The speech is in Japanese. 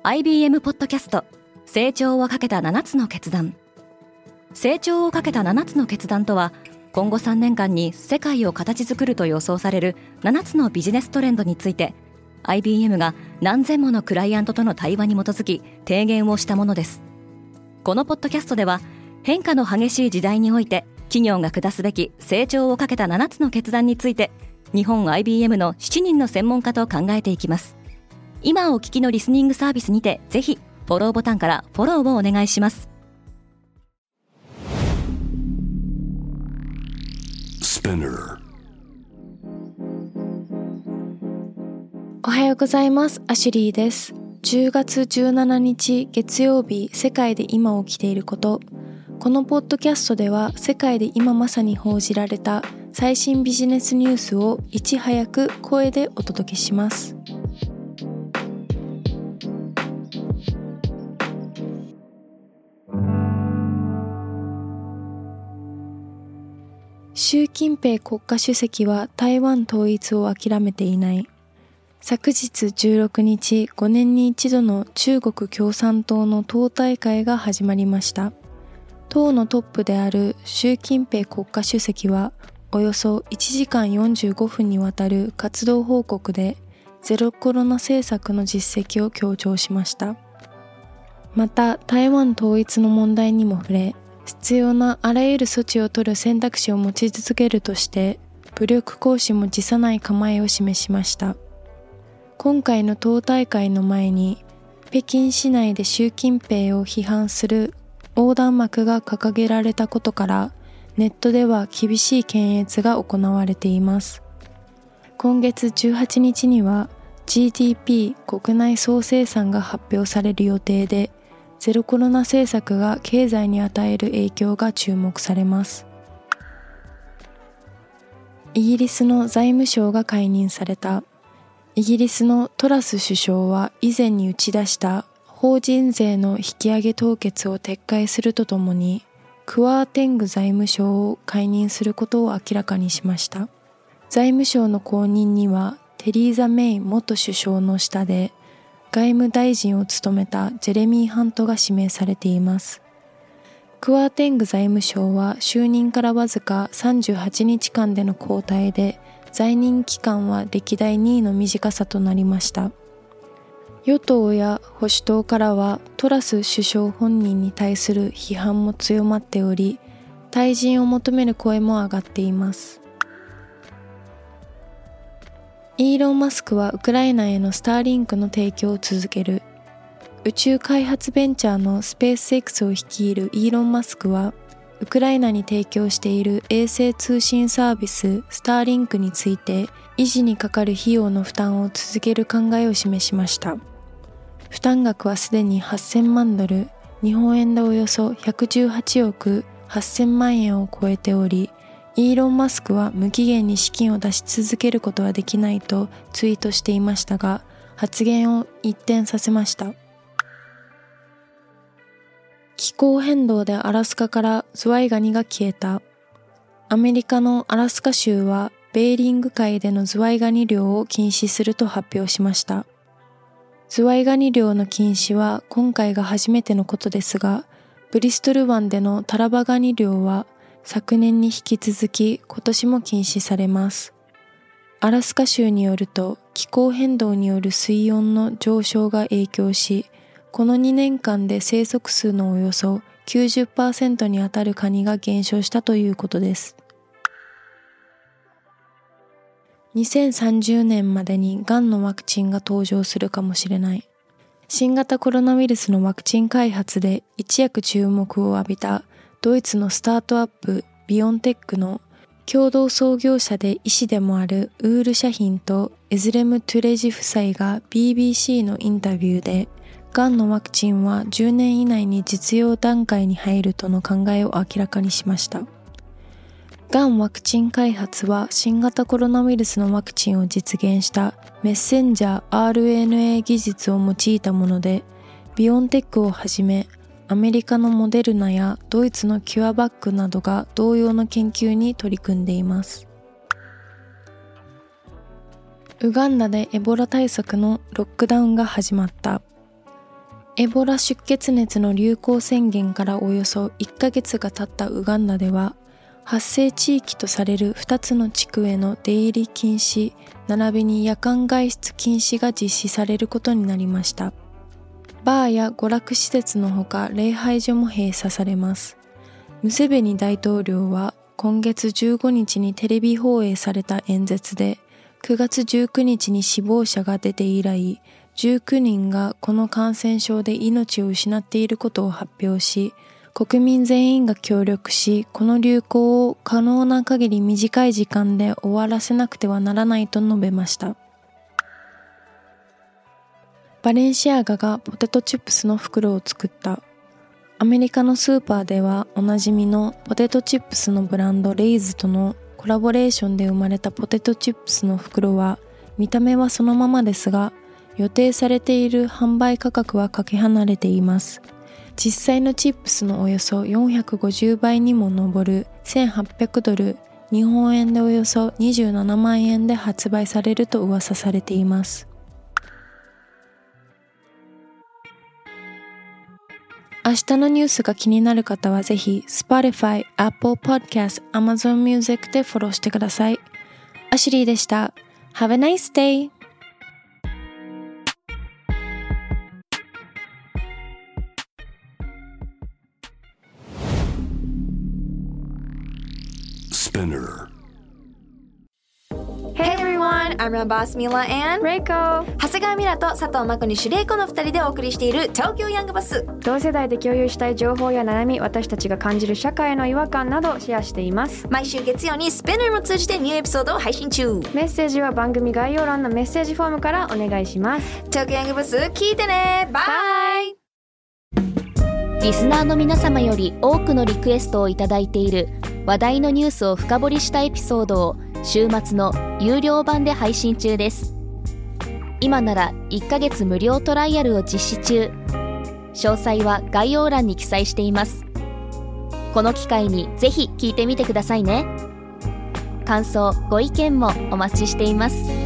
IBM ポッドキャスト成長をかけた7つの決断。成長をかけた7つの決断とは、今後3年間に世界を形作ると予想される7つのビジネストレンドについて、 IBM が何千ものクライアントとの対話に基づき提言をしたものです。このポッドキャストでは、変化の激しい時代において企業が下すべき成長をかけた7つの決断について、日本 IBM の7人の専門家と考えていきます。今お聞きのリスニングサービスにて、ぜひフォローボタンからフォローをお願いします。 おはようございます。アシュリーです。10月17日月曜日、世界で今起きていること。このポッドキャストでは、世界で今まさに報じられた最新ビジネスニュースをいち早く声でお届けします。習近平国家主席は台湾統一を諦めていない。昨日16日、5年に一度の中国共産党の党大会が始まりました。党のトップである習近平国家主席は、およそ1時間45分にわたる活動報告で、ゼロコロナ政策の実績を強調しました。また、台湾統一の問題にも触れ、必要なあらゆる措置を取る選択肢を持ち続けるとして、武力行使も辞さない構えを示しました。今回の党大会の前に、北京市内で習近平を批判する横断幕が掲げられたことから、ネットでは厳しい検閲が行われています。今月18日には GDP 国内総生産が発表される予定で、ゼロコロナ政策が経済に与える影響が注目されます。イギリスの財務相が解任された。イギリスのトラス首相は以前に打ち出した法人税の引き上げ凍結を撤回するとともに、クワーテング財務相を解任することを明らかにしました。財務相の後任にはテリーザ・メイ元首相の下で外務大臣を務めたジェレミー・ハントが指名されています。クワーテング財務相は就任からわずか38日間での交代で、在任期間は歴代2位の短さとなりました。与党や保守党からはトラス首相本人に対する批判も強まっており、退陣を求める声も上がっています。イーロン・マスクはウクライナへのスターリンクの提供を続ける。宇宙開発ベンチャーのスペース X を率いるイーロン・マスクは、ウクライナに提供している衛星通信サービススターリンクについて、維持にかかる費用の負担を続ける考えを示しました。負担額はすでに8000万ドル、日本円でおよそ118億8000万円を超えており、イーロン・マスクは無期限に資金を出し続けることはできないとツイートしていましたが、発言を一転させました。気候変動でアラスカからズワイガニが消えた。アメリカのアラスカ州はベーリング海でのズワイガニ漁を禁止すると発表しました。ズワイガニ漁の禁止は今回が初めてのことですが、ブリストル湾でのタラバガニ漁は昨年に引き続き今年も禁止されます。アラスカ州によると、気候変動による水温の上昇が影響し、この2年間で生息数のおよそ 90% にあたるカニが減少したということです。2030年までにがんのワクチンが登場するかもしれない。新型コロナウイルスのワクチン開発で一躍注目を浴びたドイツのスタートアップビオンテックの共同創業者で医師でもあるウール・シャヒンとエズレム・トゥレジ夫妻が BBC のインタビューで、がんのワクチンは10年以内に実用段階に入るとの考えを明らかにしました。がんワクチン開発は新型コロナウイルスのワクチンを実現したメッセンジャー RNA 技術を用いたもので、ビオンテックをはじめアメリカのモデルナやドイツのキュアバックなどが同様の研究に取り組んでいます。ウガンダでエボラ対策のロックダウンが始まった。 エボラ出血熱の流行宣言からおよそ1ヶ月が経ったウガンダでは、発生地域とされる2つの地区への出入り禁止、並びに夜間外出禁止が実施されることになりました。バーや娯楽施設のほか礼拝所も閉鎖されます。ムセベニ大統領は今月15日にテレビ放映された演説で、9月19日に死亡者が出て以来、19人がこの感染症で命を失っていることを発表し、国民全員が協力し、この流行を可能な限り短い時間で終わらせなくてはならないと述べました。バレンシアガがポテトチップスの袋を作った。アメリカのスーパーではおなじみのポテトチップスのブランドレイズとのコラボレーションで生まれたポテトチップスの袋は、見た目はそのままですが、予定されている販売価格はかけ離れています。実際のチップスのおよそ450倍にも上る$1,800、日本円でおよそ27万円で発売されると噂されています。明日のニュースが気になる方はぜひ Spotify、Apple Podcast、Amazon Music でフォローしてください。アシュリーでした。Have a nice day! Hey everyone, I'm your boss Mila and Reiko。 長谷川ミラと佐藤真子にシュレイコの2人でお送りしている東京ヤングバス。 同世代で共有したい情報や悩み、私たちが感じる社会の違和感などシェアしています。 毎週月曜にスペナーも通じてニューエピソードを配信中。 メッセージは番組概要欄のメッセージフォームからお願いします。 東京ヤングバス聞いてね。バイ。 リスナーの皆様より多くのリクエストをいただいている話題のニュースを深掘りしたエピソードを週末の有料版で配信中です。今なら1ヶ月無料トライアルを実施中。詳細は概要欄に記載しています。この機会にぜひ聞いてみてくださいね。感想、ご意見もお待ちしています。